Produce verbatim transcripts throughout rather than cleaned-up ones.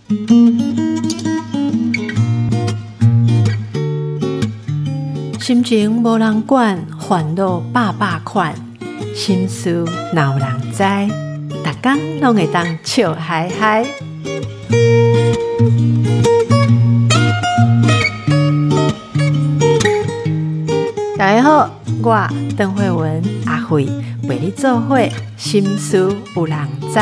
心情无人管，烦恼百百款，心事哪有人知？逐天拢会当笑嗨嗨。大家好，我邓惠文阿惠陪你做伙，心事有人知。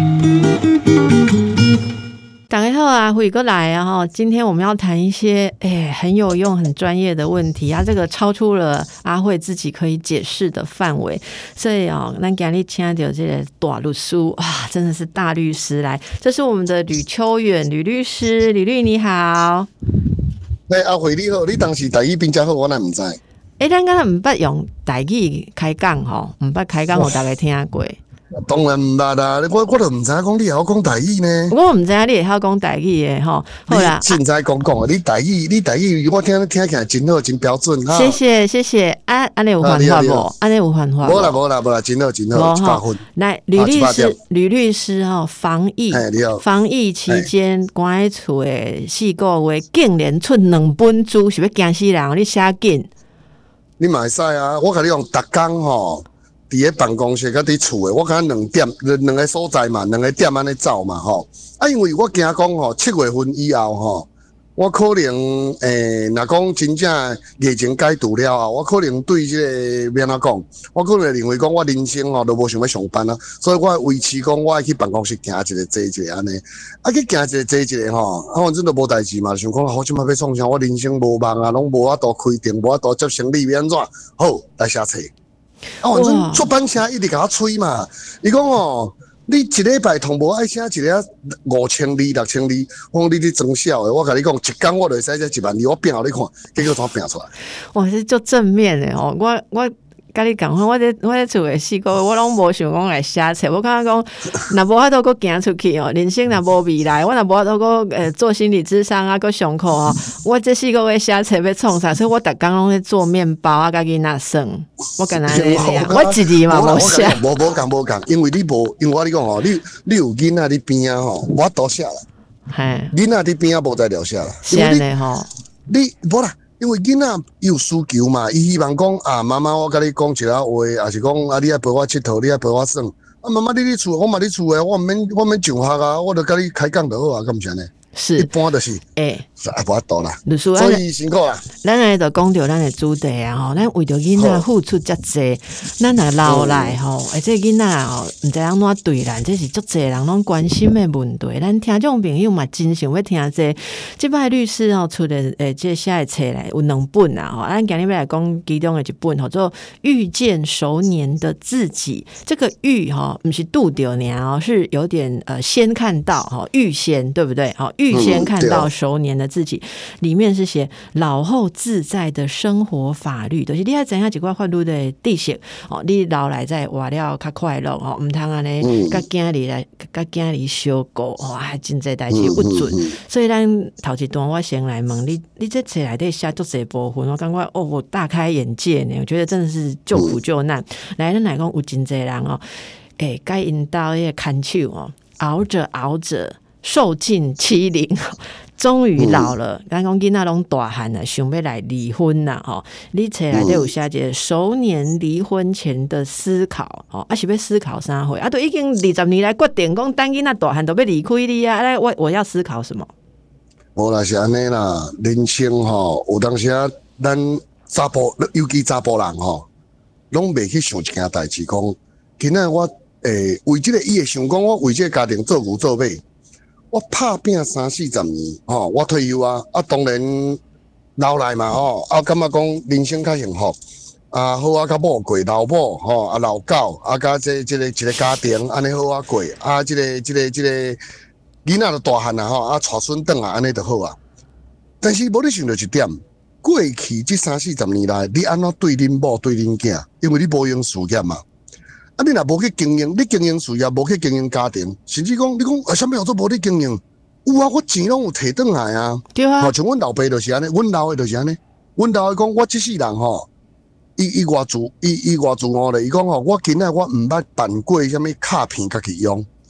大家好啊，慧哥来啊哈！今天我们要谈一些诶、欸、很有用、很专业的问题啊，这个超出了阿慧自己可以解释的范围，所以哦，咱今日请到这个大律师啊，真的是大律师来，这是我们的吕秋远吕律师，吕律你好。 诶，阿慧你好，你当时台语变遮好，我哪唔知？诶、 欸，咱敢若唔捌用台语开讲吼，唔捌开讲，我大概听过。 当然唔捌啦，我我都唔知讲你会晓讲台语呢。 我唔知影你会晓讲台语的吼。好啦， 现在讲讲啊，你台语，你台语我听听起来真好，真标准哈。 谢谢谢谢，啊，安尼有犯法无？安尼有犯法无？ 无啦无啦无啦，真好真好，一百分。 来，吕律师，吕律师吼，防疫防疫期间关在厝的四个月，竟然出两本书，是要惊死人！你写紧， 你嘛会使啊！我甲你讲，逐工吼。伫个办公室甲伫厝诶，我敢两点两个所在嘛，两个点安尼走嘛吼。啊，因为我惊讲吼，七月份以后吼，我可能诶，若讲真正疫情解除了后，我可能对即、这个要安怎讲，我可能认为讲我人生吼都无想要上班啊，所以我维持讲我爱去办公室行一个坐一个安尼，啊去行一个坐一个吼，啊反正都无代志嘛，想讲好即摆要创啥，我人生无梦啊，拢无法度开店，无法度接生理，要安怎？好来写册。啊，反正出版社一直甲我催嘛。伊讲哦，你一礼拜同无爱写一个五千字、六千字，我讲你咧装笑的。我甲你讲，一工我就会写这一万字，我拼互你看，结果怎拼出来？ 哇，是足正面的哦！我我。甲你讲，我咧我咧厝诶四个月，我拢无想讲来写册。我感觉讲，若无法度搁行出去哦，人生若无未来，我若无法度搁诶做心理咨商啊，搁上课哦。我这四个月写册要创啥？所以我逐工拢咧做面包啊，甲囡仔耍。我干那咧样？我一字嘛无写。 无无讲无讲，因为你无，因为我你讲吼，你你有囡仔伫边啊吼，我多写啦。系。囡仔伫边啊，无再了写啦。 是安尼吼。 你无啦。因为囡仔有需求嘛，伊希望讲啊，妈妈，我甲你讲一下话，也是讲啊，你爱陪我佚佗，你爱陪我耍。啊，妈妈，你伫厝，我嘛伫厝诶，我毋免，我毋免上学啊，我著甲你开讲就好啊，敢毋是安尼？ 是， 一般就是诶， 啊，无法度啦。 所以辛苦啦。 咱来就讲到咱的主题啊，吼，咱为着囡仔付出遮济，咱若老来吼，而且囡仔吼，毋知安怎对咱，这是足济人拢关心的问题。咱听众朋友嘛，真想要听这即摆律师吼出的诶，这写的册来有两本啊，吼，咱今日要来讲其中的一本，叫做《遇见熟年的自己》。这个遇吼，不是拄着尔哦，是有点呃先看到吼，预先对不对？好。预先看到熟年的自己，嗯、里面是写老后自在的生活法律，就是你要知影一寡法律的知识哦。你老来再活了较快乐哦，唔通安尼甲囝儿来甲囝儿相顾哦，还真侪代志不准。嗯嗯嗯、所以咱头一段我先来问你，你这册内底写足侪部分，我感觉哦，我大开眼界呢。我觉得真的是救苦救难。嗯、来，咱来讲有真侪人哦，诶、欸，该引导迄个看手哦，熬着熬着。受尽欺凌，终于老了。咱讲囡仔拢大汉了，想要来离婚啦！吼，你册内底有写一个熟年离婚前的思考，吼，啊是要思考啥货？啊，都已经二十年来决定讲，等囡仔大汉都要离开你啊！来，我我要思考什么？ 无啦，是安尼啦。人生吼，有当时啊，咱查甫，尤其查甫人吼，拢袂去想一件代志，讲今仔我诶、欸、为即、這个伊会想讲，我为即个家庭做牛做马。我拍拼三四十年，吼，我退休啊，啊，当然老来嘛，吼，啊，感觉讲人生较幸福，啊，好啊，较某过老母，吼，啊，老狗，啊，甲这这个一个家庭，安尼好啊过，啊，这个这个这个囡仔都大汉啊，吼，啊，带孙转啊，安尼就好啊。但是无你想到一点，过去这三四十年来，你安怎对恁某对恁囝？因为你无用事业嘛。啊！你若无去经营，你经营事业，无去经营家庭，甚至讲你讲啊，啥物事都无你经营，有啊，我钱拢有摕转来啊。 对啊， 吼，像阮老爸就是安尼，阮老诶就是安尼。阮老诶讲，我即世人吼，伊伊偌自伊伊偌自我咧。伊讲吼，我今仔我毋捌办过啥物卡片家己用，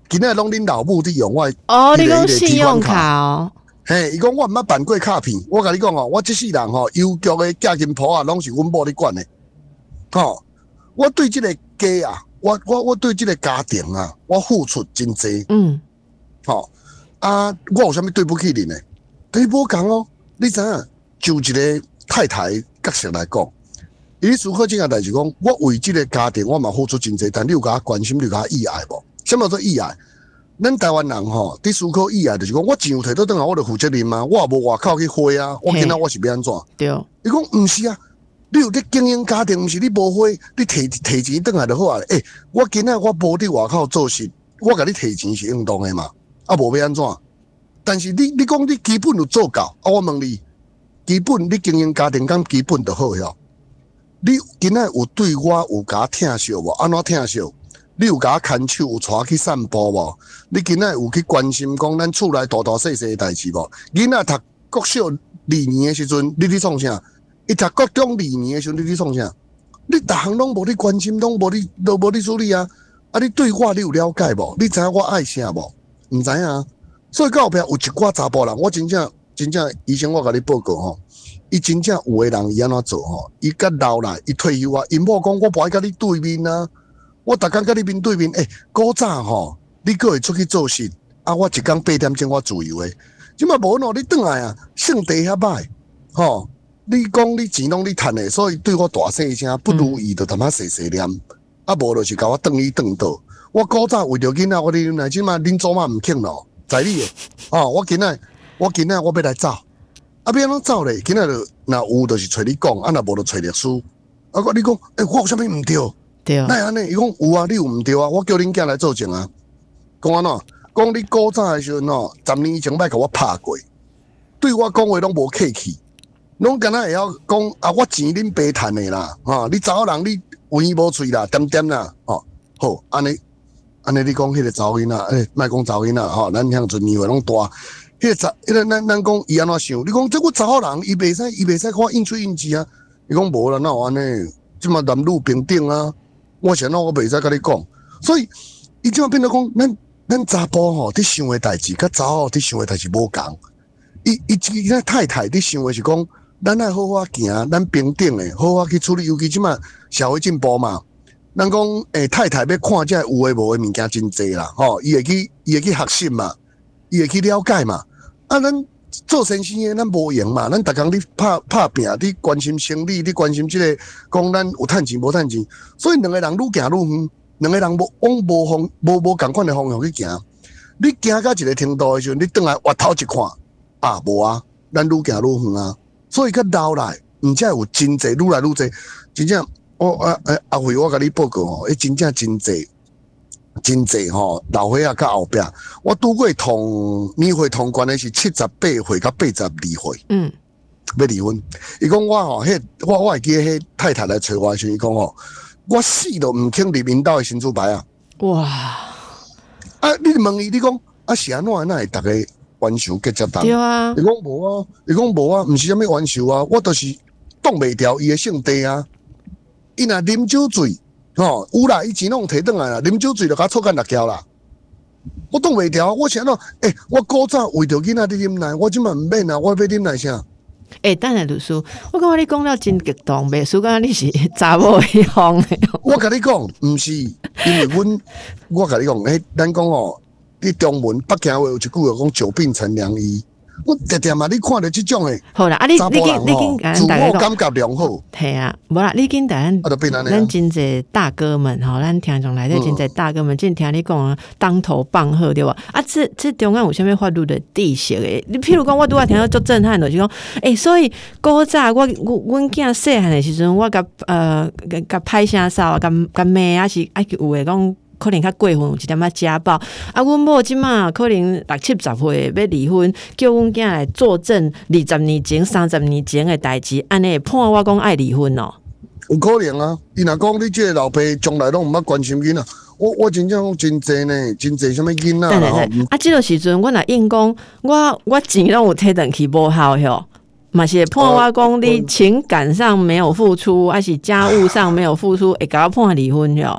今仔拢恁老母伫用我哦，你讲信用卡哦。 嘿，伊讲我毋捌办过卡片，我甲你讲哦，我即世人吼，邮局的价金铺啊，拢是阮某咧管的。吼，我对即个家啊，我我我对即个家庭啊，我付出真济。嗯。吼啊，我有啥物对不起恁呢？但是无共哦，你知影，就一个太太角色来讲，伊思考即件代志讲，我为即个家庭我嘛付出真济，但你有甲我关心，你有甲我意爱无？什么叫做意爱？咱台湾人吼，伫思考意爱就是讲，我钱有摕倒转来，我就负责任嘛，我也无外口去花啊，我今仔我是要安怎？ 对。 伊讲毋是啊，你有咧经营家庭，毋是你无花，你摕摕钱倒来就好啊。诶、欸，我今仔我无伫外口做事，我甲你摕钱是应当的嘛，啊无要安怎？但是你你讲你基本有做到，啊我问你，基本你经营家庭敢基本就好了。你今仔有对我有甲疼惜无？安怎疼惜？你有甲我牵手，有带我去散步无？你今仔有去关心讲咱厝内大大细细的代志无？囡仔读国小二年的时阵，你伫创啥？伊读国中二年的时阵，你伫创啥？你逐项拢无你关心，拢无你，都无你处理啊！啊，你对我你有了解无？你知影我爱啥无？毋知影。所以到后壁有一寡查甫人，我真正真正医生，我甲你报告吼，伊真正有诶人伊安怎做吼？伊甲老来，伊退休啊，因某讲我无爱甲你对面啊。我逐工甲你面对面，诶、欸，古早吼，你搁会出去做事，啊，我一工八点钟我自由诶。即嘛无喏，你转来啊，性地遐歹，吼，你讲你钱拢你趁诶，所以对我大细声，不如意就淡仔细细念，啊，无就是甲我转伊转倒。我古早为着囡仔，我哩来，即嘛恁祖妈毋肯咯，在你诶，哦，我今仔我今仔我要来走，啊，要安怎走咧？今仔就若有就是找你讲，啊，若无就找律师。啊，我你讲，诶、欸，我有啥物毋对？ 对， 那安尼，伊讲有啊，你有毋对啊？我叫恁囝来做证啊。讲安怎？讲你古早的时阵哦，十年以前捌甲我拍过，对我讲话拢无客气，拢敢若会晓讲啊，我钱恁爸趁的啦，哈、啊，你查某人你有耳无喙啦，点点啦，哦、啊，好，安尼安尼，你讲迄个查某囡仔，诶、欸，莫讲查某囡仔，吼、啊，咱乡村年岁拢大，迄、那个查，迄、那个咱咱讲伊安怎想？你讲这个查某人，伊袂使，伊袂使看应出应急啊。伊讲无啦，哪有安尼？即嘛男女平等啊。我想到我袂使甲你讲，所以伊即马变做讲，咱咱查甫吼，伫想诶代志，甲查某伫想诶代志无共。伊伊即个太太伫想诶是讲，咱爱好好行，咱平等诶，好好去处理。尤其即马社会进步嘛，咱讲诶太太要看这有诶无诶物件真济啦，吼，伊会去伊会去学习嘛，伊会去了解嘛。啊，咱做先生诶，咱无用嘛，咱逐工你拍拍拼，你关心生理，你关心即、這个讲咱有趁钱无趁钱，所以两个人愈行愈远，两个人无往无方无无共款诶方向去行。你行到一个程度诶时阵，你转来回头一看，啊无啊，咱愈行愈远啊。所以较老来，而且有真济愈来愈济，真正我啊啊阿辉，我甲你报告吼，迄真正真济。真济吼，老岁仔到后壁，我拄过同年岁同关的是七十八岁到八十二岁，嗯，要离婚。伊讲我吼，迄我我会记迄太太来找我的时候，伊讲吼，我死都毋肯入因兜的新厝牌啊！哇！啊，你问伊，你讲啊是安怎？那会逐个冤仇结接谈？ 对啊。 伊讲无啊，伊讲无啊，毋是啥物冤仇啊，我就是挡袂牢伊的性地啊。伊若啉酒醉。吼，有啦，伊钱拢摕转来啦，啉酒醉就甲错干六条啦。我挡袂牢，我想到，诶、欸，我古早为着囡仔伫啉奶，我即嘛毋免啊，我要啉奶啥？ 诶、欸，等下律师，我感觉你讲了真激动，袂输感觉你是查某的方的。 我甲你讲，毋是，因为阮，我甲你讲，诶、欸，咱讲哦，伫中文北京话有一句话讲久病成良医。我常常嘛，你看到即种诶， 好啦，啊，你你紧你紧， 自我感觉良好。 系啊，无啦，你紧咱咱真济大哥们吼，咱听众内底真济大哥们，真听你讲当头棒喝对吧？啊，这这中间有啥物法律的底线诶？你譬如讲，我拄仔听到足震撼的，就是讲，诶、欸，所以古早我我阮囝细汉的时阵，我甲呃甲歹声扫，甲甲骂，还是还有诶讲。可能较过分有一点仔家暴啊！阮某即马可能六七十岁要离婚，叫阮囝来作证二十年前、三十年前的代志，安尼会判我讲爱离婚哦？ 有可能啊！伊若讲你即个老爸从来拢毋捌关心囡仔，我我真正讲真济呢，真济啥物囡仔啦！ 啊，即个时阵我若硬讲，我我钱拢有摕转去无效哟。嘛是判我讲你情感上没有付出，还是家务上没有付出，会甲我判离婚哟？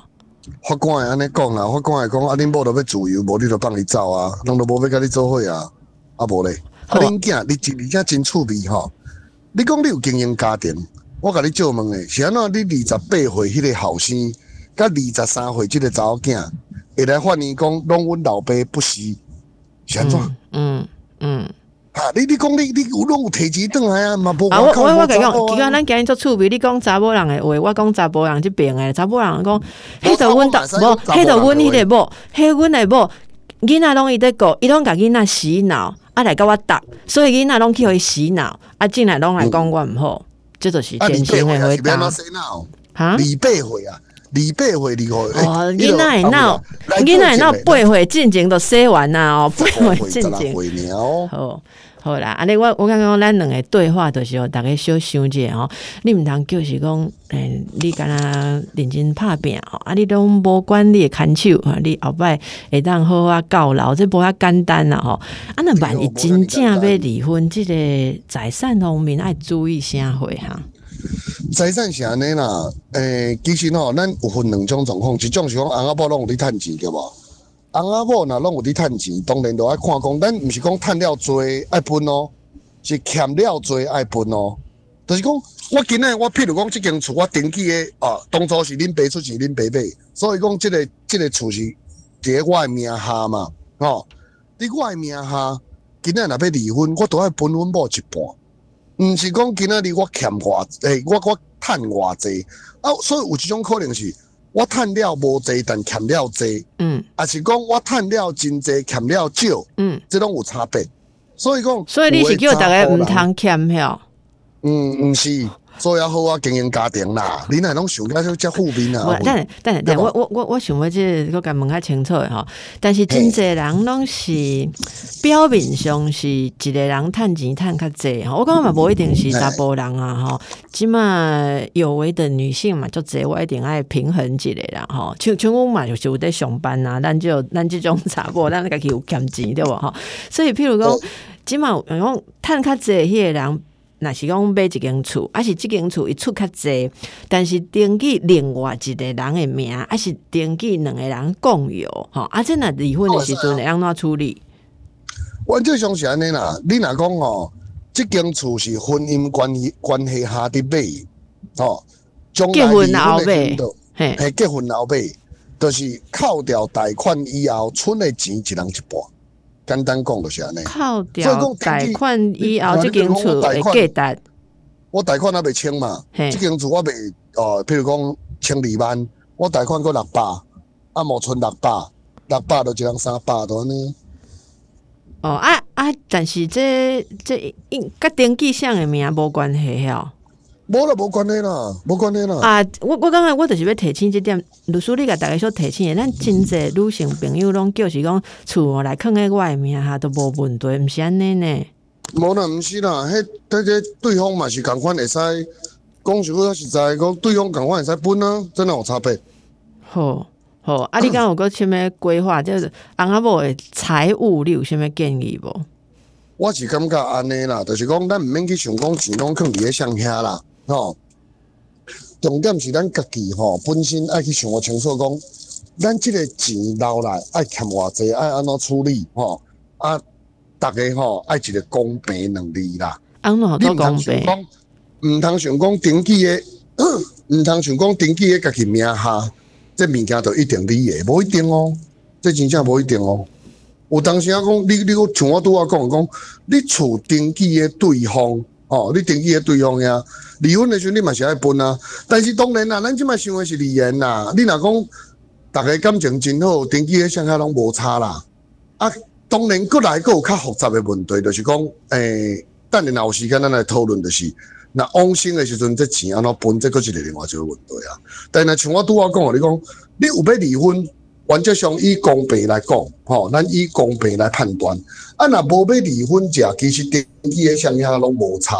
法官会安尼讲啦，法官会讲啊，恁某著要自由，无你著放伊走啊，人著无要甲你做伙啊，啊无咧，啊恁囝你真而且真趣味吼。你讲你有经营家庭，我甲你借问诶，是安怎？你二十八岁迄个后生，甲二十三岁即个查某囝，会来反映讲，拢阮老爸不是，是安怎？ 嗯嗯。 啊！你你讲你你有拢有提钱转来啊？嘛无啊！我我我甲讲，其实咱今日做趣味，你讲查某人诶话，我讲查甫人即边诶，查甫人讲，迄着阮大无，迄着阮迄个某，迄阮诶某，囡仔拢伊在顾，伊拢甲囡仔洗脑，啊来甲我答，所以囡仔拢去互伊洗脑，啊进来拢来讲我毋好，这就是典型诶回答。 哈？二八岁啊！二八岁离开哦，囡仔会闹，囡仔会闹八岁进前就洗完啦哦，八岁进前。好。好啦，安尼我我感觉咱两个对话的时候，大家小想者吼，你毋通就是讲，诶，你敢若认真拍拼吼，啊，你拢无管你诶牵手，你后摆会当好啊教老，这无遐简单啦吼。啊，那万一真正要离婚，即、这个财产方面爱注意啥货哈？ 财产是安尼啦，诶，其实吼，咱有分两种状况，一种是讲翁仔某拢有咧趁钱，对无？翁仔某若拢有伫趁钱，当然就爱看讲，咱毋是讲趁了多爱分哦，是欠了多爱分哦。就是讲，我今仔我譬如讲，即间厝我登记诶，啊，当初是恁爸出钱，恁爸买，所以讲即、這个即、這个厝是伫我诶名下嘛，吼、哦，伫我诶名下，今仔若要离婚，我都爱分阮某一半，毋是讲今仔日我欠偌诶，我我趁偌济啊，所以有一种可能是。我趁了无济，但欠了济，嗯，也是讲我趁了真济，欠了少，嗯，这拢有差别。所以讲， 所以你是叫大家唔通欠遐？ 嗯，唔是，做要好啊，经营家庭啦，你若拢想甲遮负面啊？ 但但但我我我我想要即个，我甲问较清楚诶吼。但是真济人拢是表面上是一个人趁钱趁较济吼，我感觉嘛无一定是查甫人啊吼。即嘛有为的女性嘛，就济我一定爱平衡一个啦吼。像像我嘛就是有在上班啊，咱就咱即种查甫，咱家己有欠钱对无吼。所以譬如讲，即嘛讲趁较济迄个人。若是讲买一间厝，还是这间厝伊出较济，但是登记另外一个人的名，还是登记两个人共有，吼，啊，这若离婚的时阵会安怎处理？ 原则上是安尼啦，你若讲吼，这间厝是婚姻关系关系下伫买，吼， 结婚后买， 嘿，结婚后买，就是扣掉贷款以后，剩的钱一人一半。简单讲就是安尼， 扣掉贷款以后，这间厝会价值。 我贷款还未清嘛，这间厝我未呃，譬如讲千二万，我贷款够六百，啊，无剩六百，六百就一人三百多呢。 哦啊啊！但是这这应甲登记上的名无关系哦。 无啦，无关系啦，无关系啦。 啊，我我感觉我就是要提醒这点，律师你甲大家说提醒的，咱真侪女性朋友拢叫是讲厝来囥喺我的名下都无问题，毋是安尼呢？ 无啦，毋是啦，迄迄个对方嘛是共款会使讲实话实在讲，对方共款会使分啊，真有差别。 好，好，啊，你敢有个啥物规划？就是翁仔某的财务，你有啥物建议无？ 我是感觉安尼啦，就是讲咱毋免去想讲钱拢囥伫咧上遐啦。吼，重点是咱家己吼本身爱去想清楚，讲咱即个钱留来爱欠偌济，爱安怎处理吼？啊，大家吼爱一个公平两利啦。 安怎都公平？ 毋通想讲登记诶，毋通想讲登记诶家己名下，这物件就一定你诶，无一定哦，这真正无一定哦。有当时啊讲，你你像我拄仔讲讲，你厝登记诶对方。哦，你登记诶对方呀，离婚诶时阵你嘛是爱分啊。但是当然啦，咱即摆想诶是离婚啦。你若讲大家感情真好，登记诶上下拢无差啦。啊，当然过来佫有较复杂诶问题，就是讲，诶、欸，等下若有时间咱来讨论，就是若往生诶时阵，这钱安怎分，这佫一个另外一个问题啊。但是像我拄仔讲诶，你讲你有要离婚，原则上以公平来讲，吼，咱以公平来判断。啊，若无要离婚者，其实登记诶上下拢无差啦。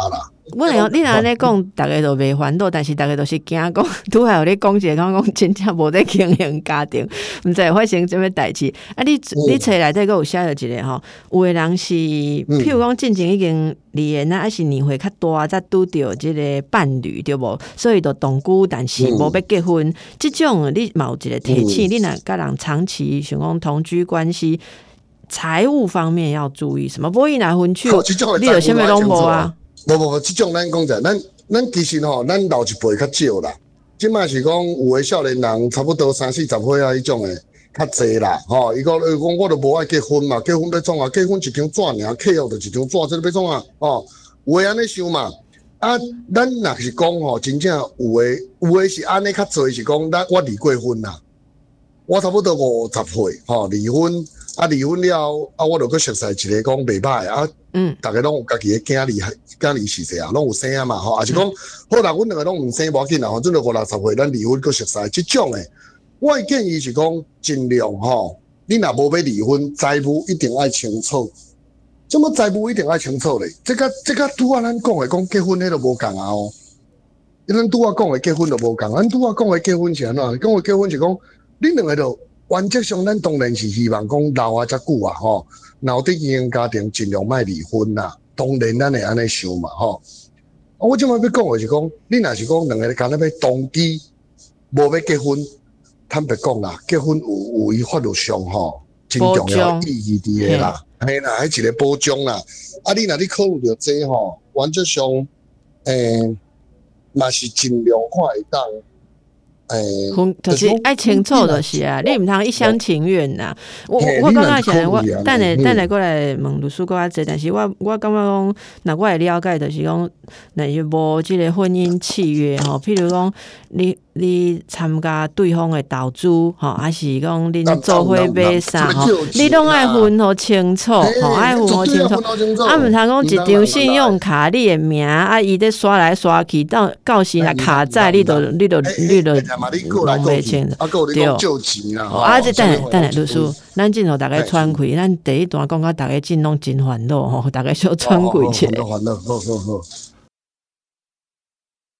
我讲你若安尼讲，大家都袂烦恼，但是大家都是惊讲，拄好有咧讲一个，讲讲真正无在经营家庭，毋知会发生什么代志。啊，你你册内底佫有写着一个吼，有的人是，譬如讲进前已经离婚啊，还是年岁较大，才拄着即个伴侣对无？所以就同居，但是无要结婚。即种你嘛有一个提醒，你若甲人长期想讲同居关系。财务方面要注意什么？不伊拿分手，你有啥物拢无啊？ 无无无，即种咱讲者，咱咱其实吼，咱老一辈较少啦。即摆是讲有诶少年人，差不多三四十岁啊，迄种诶较济啦。吼，伊讲伊讲我都无爱结婚嘛，结婚要创啊？结婚一张纸尔，契约就一張紙，这要创啊？哦，有诶安尼想嘛？啊，咱若是讲吼，真正有诶有诶是安尼较济，是讲咱我离过婚啦，我差不多五十岁吼离婚。啊，离婚了啊，我就去熟悉一个讲袂歹啊，嗯，大家拢有家己的囝儿，囝儿是谁啊？拢有生啊嘛，吼，啊是讲好啦，阮两个拢毋生无要紧啦，反正就五六十岁，咱离婚去熟悉，即种诶，我的建议是讲尽量吼，你若无要离婚，财务一定爱清楚，怎么财务一定爱清楚咧？这个这个拄啊，咱讲诶讲结婚迄都无共啊哦，咱拄啊讲诶结婚都无共，咱拄啊讲诶结婚是安怎？讲诶结婚是讲你两个都。原则上，咱当然是希望讲留啊遮久啊，吼，留伫经营家庭，尽量莫离婚啦。当然，咱会安尼想嘛，吼。我即摆要讲诶是讲，你若是讲两个干那要同居，无要结婚，坦白讲啦，结婚有有伊法律上吼真重要意义伫诶啦，嘿啦，迄一个保障啦。啊，你若你考虑到这吼，原则上，诶、欸，嘛是尽量看会当。诶， 就是爱清楚就是啊，你毋通一厢情愿呐。我我感觉是，我等下等下过来问律师搁较济，但是我我感觉讲，若我会了解，就是讲，若是无即个婚姻契约吼，譬如讲，你你参加对方的投资吼，还是讲恁做伙买啥吼，你拢爱分好清楚吼，爱分好清楚。啊，毋通讲一张信用卡你的名啊，伊咧刷来刷去，到到时若卡债，你都你都你都。拢袂清对，啊！这等下等下，律师，咱今后大家喘气，咱第一段讲到大家真拢真烦恼吼，大家小喘气者。 好好好好。